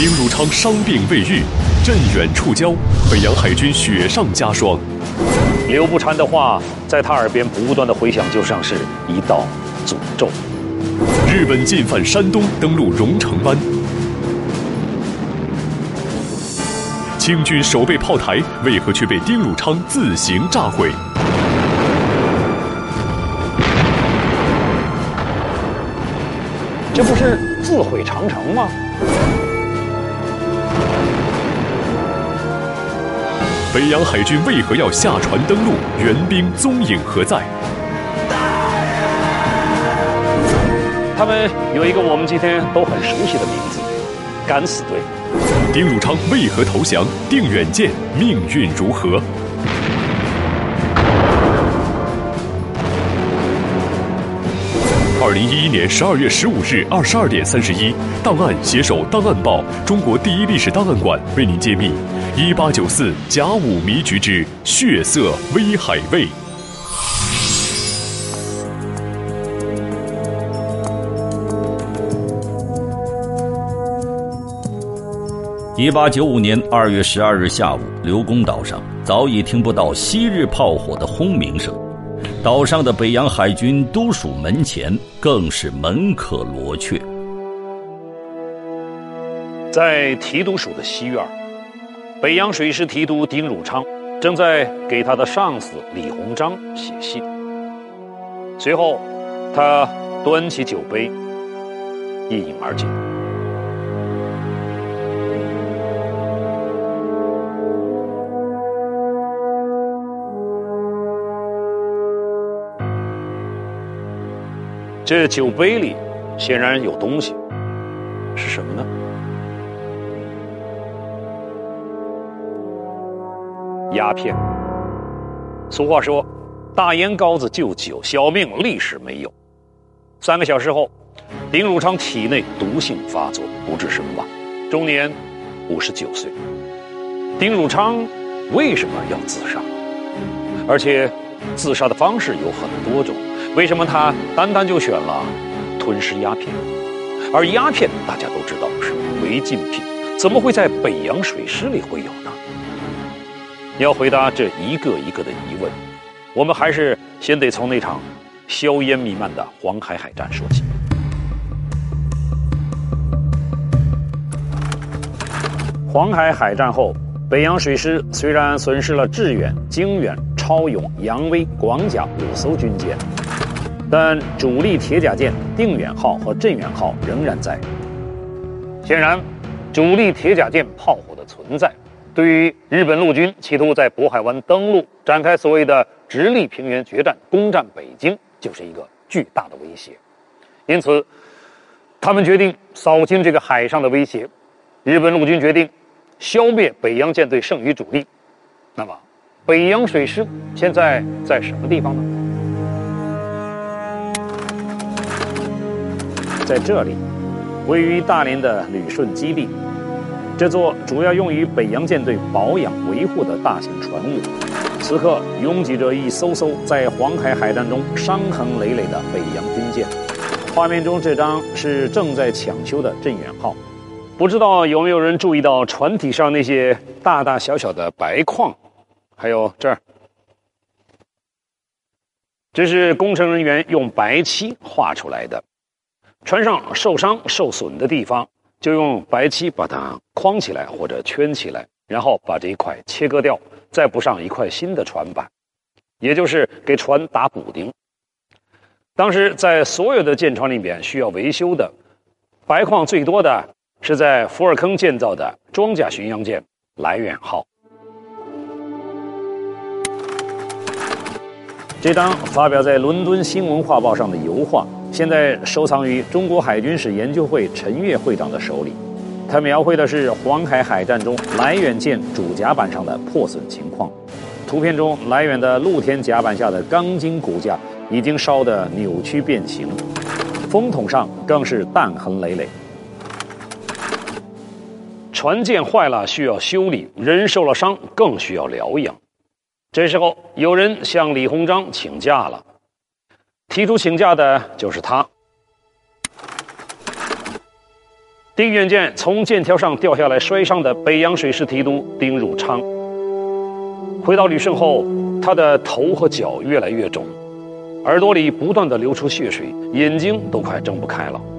丁汝昌伤病未愈，镇远触礁，北洋海军雪上加霜。 刘步蟾的话在他耳边不断的回响，就像是一道诅咒。 日本进犯山东，登陆荣成湾。清军守备炮台为何却被丁汝昌自行炸毁？ 这不是自毁长城吗？ 北洋海军为何要下船登陆？援兵踪影何在？ 他们有一个我们今天都很熟悉的名字——敢死队。 丁汝昌为何投降？定远舰命运如何？2011年12月15日22点31，档案携手档案报中国第一历史档案馆为您揭秘1894甲午迷局之血色威海卫。 1895年2月12日下午，刘公岛上早已听不到昔日炮火的轰鸣声，岛上的北洋海军都署门前更是门可罗雀。 在提督署的西院，北洋水师提督丁汝昌正在给他的上司李鸿章写信。随后，他端起酒杯，一饮而尽。这酒杯里显然有东西，是什么呢？鸦片。俗话说，大烟膏子就酒，小命立时没有。3个小时后，丁汝昌体内毒性发作，不治身亡，终年59岁。丁汝昌为什么要自杀？而且自杀的方式有很多种，为什么他单单就选了吞噬鸦片？而鸦片大家都知道是违禁品，怎么会在北洋水师里会有呢？要回答这一个一个的疑问，我们还是先得从那场硝烟弥漫的黄海海战说起。黄海海战后，北洋水师虽然损失了致远、经远、超勇、扬威、广甲5艘军舰，但主力铁甲舰定远号和镇远号仍然在。显然，主力铁甲舰炮火的存在，对于日本陆军企图在渤海湾登陆，展开所谓的直隶平原决战，攻占北京，就是一个巨大的威胁。因此，他们决定扫清这个海上的威胁。日本陆军决定消灭北洋舰队剩余主力。那么，北洋水师现在在什么地方呢？在这里，位于大连的旅顺基地，这座主要用于北洋舰队保养维护的大型船坞，此刻拥挤着一艘艘在黄海海战中伤痕累累的北洋军舰。画面中这张是正在抢修的镇远号。不知道有没有人注意到船体上那些大大小小的白框，还有这儿，这是工程人员用白漆画出来的。船上受伤受损的地方，就用白漆把它框起来或者圈起来，然后把这一块切割掉，再补上一块新的船板，也就是给船打补丁。当时在所有的舰船里面需要维修的，白框最多的是在福尔坑建造的装甲巡洋舰来远号。这张发表在伦敦新闻画报上的油画，现在收藏于中国海军史研究会陈岳会长的手里。它描绘的是黄海海战中来远舰主甲板上的破损情况。图片中，来远的露天甲板下的钢筋骨架已经烧得扭曲变形，风筒上更是弹痕累累。船舰坏了需要修理，人受了伤更需要疗养。这时候，有人向李鸿章请假了，提出请假的就是他。 丁元健从剑条上掉下来摔伤的北洋水师提督丁汝昌。回到旅顺后，他的头和脚越来越肿，耳朵里不断地流出血水，眼睛都快睁不开了。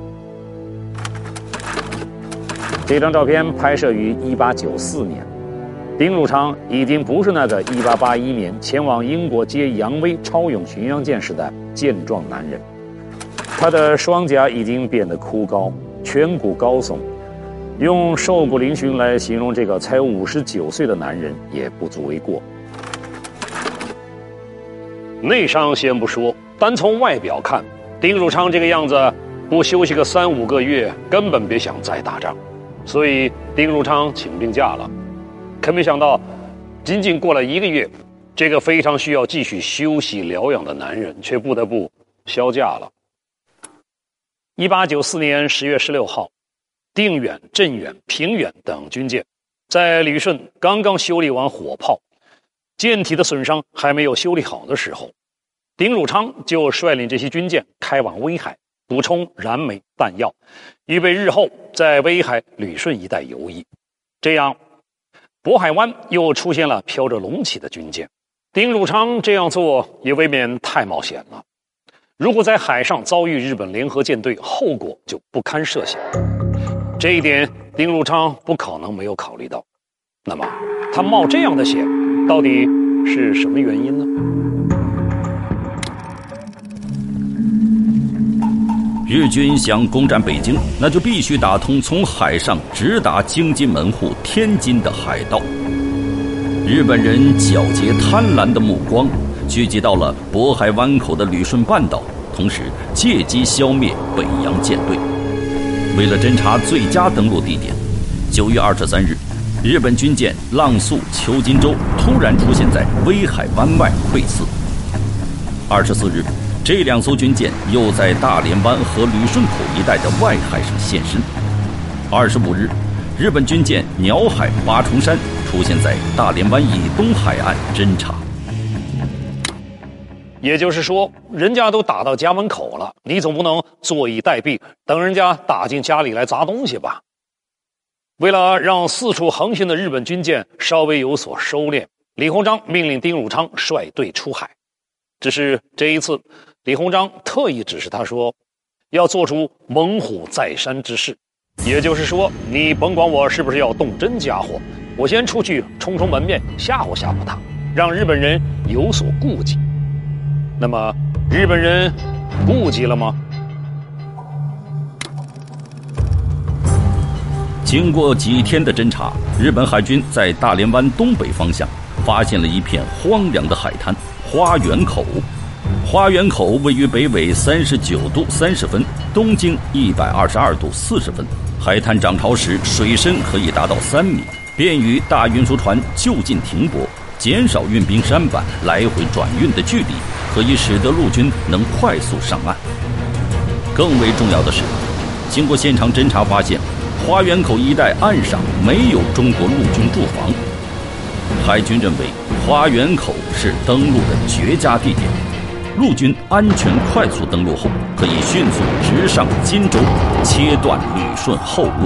这张照片拍摄于1894年，丁汝昌已经不是那个1881年前往英国接杨威超勇巡洋舰时的健壮男人，他的双颊已经变得枯槁，颧骨高耸，用瘦骨嶙峋来形容这个才59岁的男人也不足为过。内伤先不说，单从外表看，丁汝昌这个样子，不休息个3-5个月，根本别想再打仗。所以丁汝昌请病假了。可没想到，仅仅过了1个月，这个非常需要继续休息疗养的男人，却不得不销假了。1894年10月16号，定远、镇远、平远等军舰在旅顺刚刚修理完火炮，舰体的损伤还没有修理好的时候，丁汝昌就率领这些军舰开往威海，补充燃煤弹药，预备日后在威海、旅顺一带游弋。这样，渤海湾又出现了飘着龙旗的军舰。丁汝昌这样做也未免太冒险了。如果在海上遭遇日本联合舰队，后果就不堪设想。这一点，丁汝昌不可能没有考虑到。那么，他冒这样的险，到底是什么原因呢？ 日军想攻占北京，那就必须打通从海上直达京津门户天津的海道。日本人皎洁贪婪的目光聚集到了渤海湾口的旅顺半岛，同时借机消灭北洋舰队。为了侦察最佳登陆地点，9月23日，日本军舰浪速、秋金舟突然出现在威海湾外窥伺。24日，这2艘军舰又在大连湾和旅顺口一带的外海上现身。25日，日本军舰鸟海、八重山出现在大连湾以东海岸侦察。 也就是说，人家都打到家门口了，你总不能坐以待毙，等人家打进家里来砸东西吧？为了让四处横行的日本军舰稍微有所收敛，李鸿章命令丁汝昌率队出海。只是这一次，李鸿章特意指示他说，要做出猛虎在山之势，也就是说，你甭管我是不是要动真家伙，我先出去冲冲门面，吓唬吓唬他，让日本人有所顾忌。那么，日本人顾忌了吗？ 经过几天的侦察，日本海军在大连湾东北方向发现了一片荒凉的海滩——花园口。花园口位于北纬39度30分，东经122度40分。海滩涨潮时，水深可以达到3米，便于大运输船就近停泊，减少运兵舢板来回转运的距离，可以使得陆军能快速上岸。更为重要的是，经过现场侦查发现，花园口一带岸上没有中国陆军驻防。海军认为花园口是登陆的绝佳地点，陆军安全快速登陆后，可以迅速直上金州，切断旅顺后路。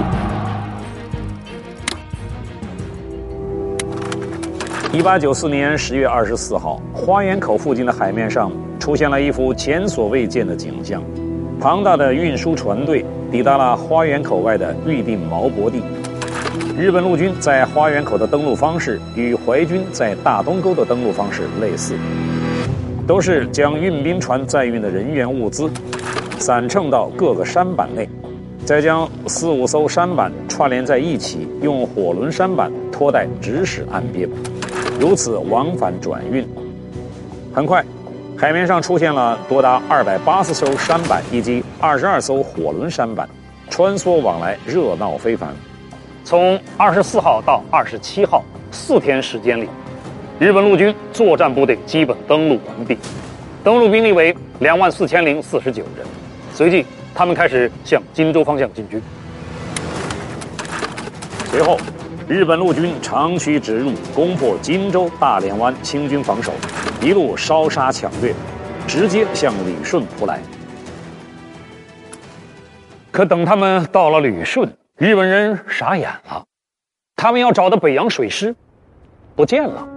1894年10月24号，花园口附近的海面上出现了一幅前所未见的景象。庞大的运输船队抵达了花园口外的预定锚泊地。日本陆军在花园口的登陆方式与淮军在大东沟的登陆方式类似，都是将运兵船载运的人员物资散乘到各个舢板内，再将4-5艘舢板串联在一起，用火轮舢板拖带直驶岸边，如此往返转运。很快，海面上出现了多达280艘舢板以及22艘火轮舢板，穿梭往来，热闹非凡。从24号到27号4天时间里，日本陆军作战部队基本登陆完毕，登陆兵力为24049人。随即，他们开始向金州方向进军。随后，日本陆军长驱直入，攻破金州、大连湾清军防守，一路烧杀抢掠，直接向旅顺扑来。 可等他们到了旅顺，日本人傻眼了，他们要找的北洋水师不见了。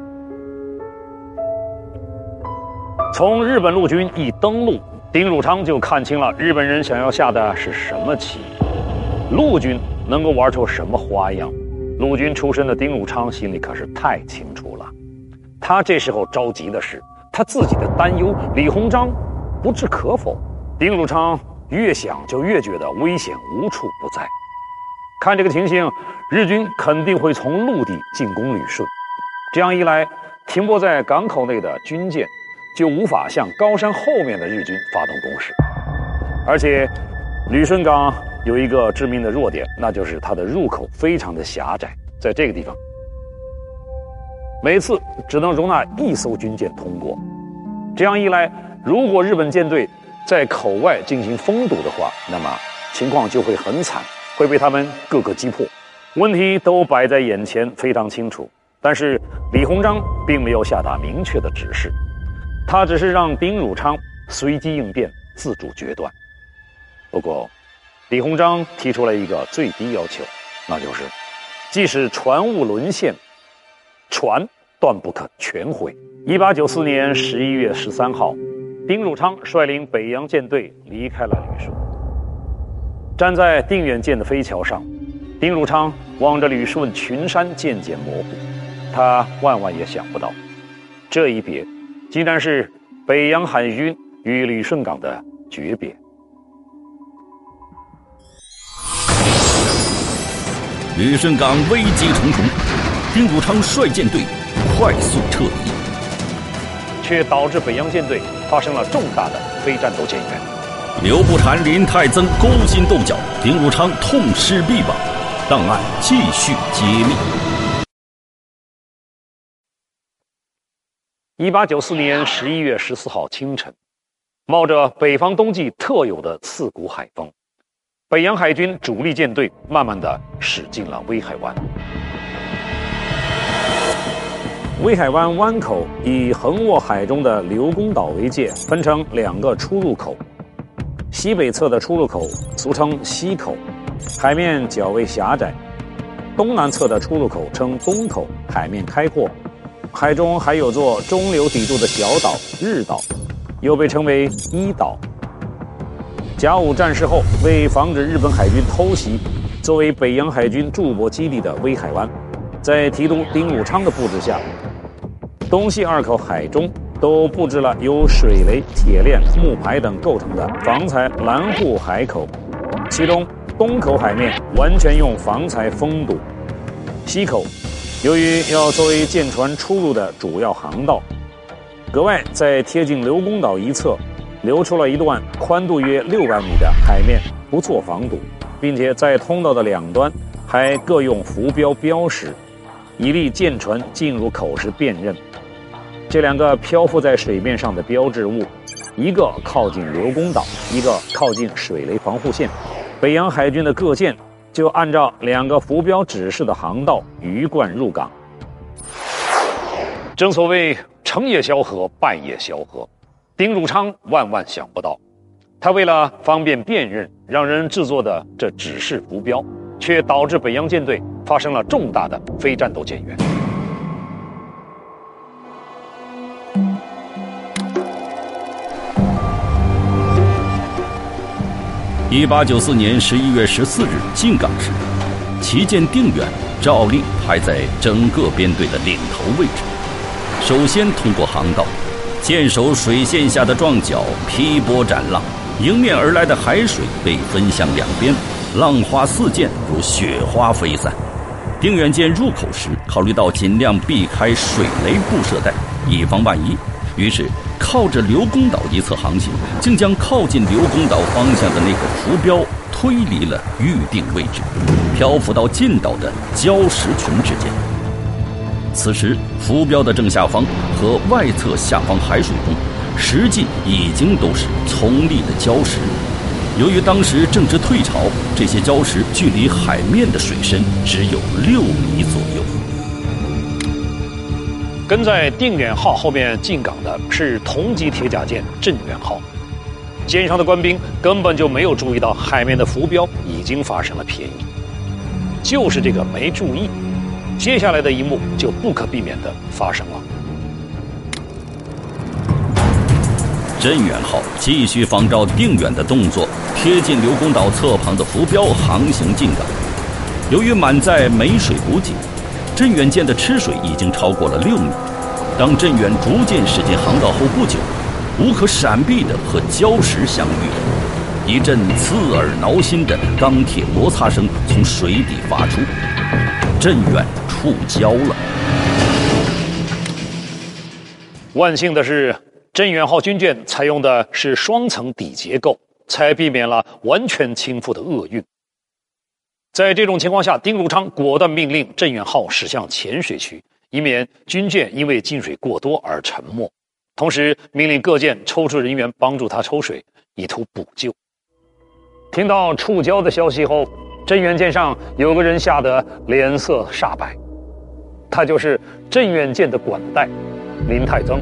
从日本陆军一登陆，丁汝昌就看清了日本人想要下的是什么棋，陆军能够玩出什么花样。陆军出身的丁汝昌心里可是太清楚了，他这时候着急的是他自己的担忧，李鸿章不置可否。丁汝昌越想就越觉得危险无处不在。看这个情形，日军肯定会从陆地进攻旅顺，这样一来，停泊在港口内的军舰就无法向高山后面的日军发动攻势。而且旅顺港有一个致命的弱点，那就是它的入口非常的狭窄，在这个地方每次只能容纳1艘军舰通过。这样一来，如果日本舰队在口外进行封堵的话，那么情况就会很惨，会被他们各个击破。问题都摆在眼前，非常清楚。但是李鸿章并没有下达明确的指示，他只是让丁汝昌随机应变，自主决断。不过李鸿章提出了一个最低要求，那就是即使船坞沦陷，船断不可全毁。1894年11月13号，丁汝昌率领北洋舰队离开了旅顺。站在定远舰的飞桥上，丁汝昌望着旅顺群山渐渐模糊，他万万也想不到，这一别竟然是北洋海军与旅顺港的诀别。 旅顺港危机重重，丁汝昌率舰队快速撤离， 却导致北洋舰队发生了重大的非战斗减员。 刘步蟾、林泰曾勾心斗角，丁汝昌痛失臂膀，档案继续揭秘。 1894年11月14号清晨，冒着北方冬季特有的刺骨海风，北洋海军主力舰队慢慢地驶进了威海湾。威海湾湾口以横卧海中的刘公岛为界，分成2个出入口。西北侧的出入口俗称西口，海面较为狭窄；东南侧的出入口称东口，海面开阔。海中还有座中流砥柱的小岛日岛，又被称为一岛。甲午战事后，为防止日本海军偷袭，作为北洋海军驻泊基地的威海湾，在提督丁汝昌的布置下，东西2口海中都布置了由水雷、铁链、木排等构成的防材拦护海口，其中东口海面完全用防材封堵，西口由于要作为舰船出入的主要航道，格外在贴近刘公岛一侧留出了一段宽度约600米的海面不做防堵，并且在通道的2端还各用浮标标识，以利舰船进入口时辨认。这2个漂浮在水面上的标志物，一个靠近刘公岛，一个靠近水雷防护线。北洋海军的各舰就按照2个浮标指示的航道鱼贯入港。正所谓成也萧何，败也萧何，丁汝昌万万想不到，他为了方便辨认，让人制作的这指示浮标，却导致北洋舰队发生了重大的非战斗减员。 1894年11月14日进港时，旗舰定远照例排在整个编队的领头位置，首先通过航道，舰首水线下的撞角劈波斩浪，迎面而来的海水被分向2边，浪花四溅，如雪花飞散。定远舰入口时，考虑到尽量避开水雷布射带，以防万一，于是靠着刘公岛一侧航行，竟将靠近刘公岛方向的那个浮标推离了预定位置，漂浮到近岛的礁石群之间。此时浮标的正下方和外侧下方海水中实际已经都是葱立的礁石，由于当时正值退潮，这些礁石距离海面的水深只有6米左右。跟在定远号后面进港的是同级铁甲舰镇远号， 舰上的官兵根本就没有注意到海面的浮标已经发生了偏移。就是这个没注意，接下来的一幕就不可避免地发生了。 镇远号继续仿照定远的动作，贴近刘公岛侧旁的浮标航行进港。由于满载没水补给，镇远舰的吃水已经超过了6米。当镇远逐渐驶进航道后不久，无可闪避的和礁石相遇，一阵刺耳挠心的钢铁摩擦声从水底发出，镇远触礁了。 万幸的是，镇远号军舰采用的是双层底结构，才避免了完全倾覆的厄运。在这种情况下，丁汝昌果断命令镇远号驶向浅水区，以免军舰因为进水过多而沉没。同时命令各舰抽出人员帮助他抽水，以图补救。听到触礁的消息后，镇远舰上有个人吓得脸色煞白，他就是镇远舰的管带林泰增。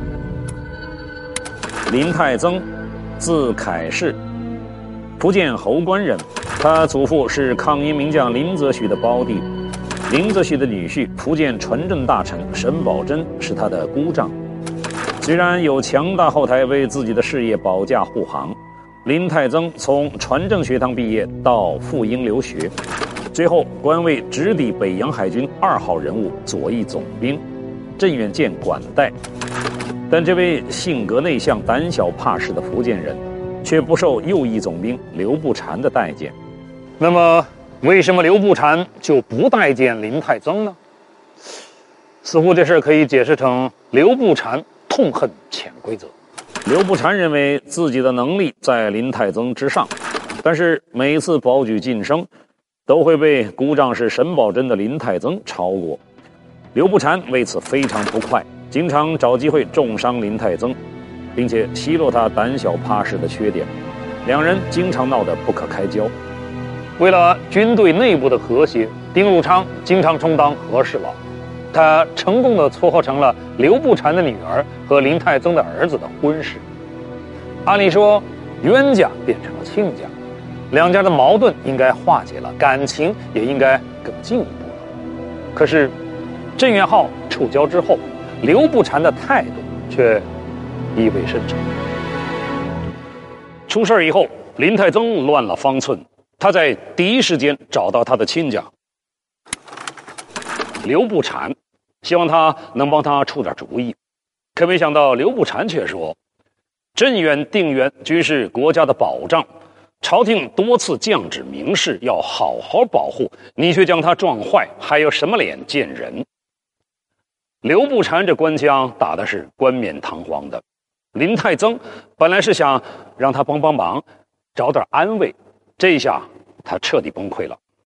林泰增，字凯世，福建侯官人。他祖父是抗英名将林则徐的胞弟，林则徐的女婿福建船政大臣沈葆桢是他的姑丈。虽然有强大后台为自己的事业保驾护航，林泰增从船政学堂毕业到赴英留学，最后官位直抵北洋海军2号人物左翼总兵，镇远舰管带。但这位性格内向、胆小怕事的福建人，却不受右翼总兵刘步蟾的待见。那么，为什么刘步蟾就不待见林泰增呢？似乎这事可以解释成刘步蟾痛恨潜规则。刘步蟾认为自己的能力在林泰增之上，但是每次保举晋升，都会被姑丈是沈葆桢的林泰增超过。刘步蟾为此非常不快，经常找机会重伤林泰增，并且奚落他胆小怕事的缺点，两人经常闹得不可开交。为了军队内部的和谐，丁汝昌经常充当和事佬，他成功地撮合成了刘步蟾的女儿和林泰增的儿子的婚事。按理说，冤家变成了亲家，两家的矛盾应该化解了，感情也应该更进一步了。可是，镇远号触礁之后，刘步蟾的态度却意味深长。出事以后，林泰增乱了方寸，他在第一时间找到他的亲家刘步蟾，希望他能帮他出点主意。可没想到刘步蟾却说，镇远定远均是国家的保障，朝廷多次降旨明示要好好保护，你却将它撞坏，还有什么脸见人？刘步蟾这官腔打的是冠冕堂皇的，林泰增本来是想让他帮帮忙，找点安慰，这一下他彻底崩溃了。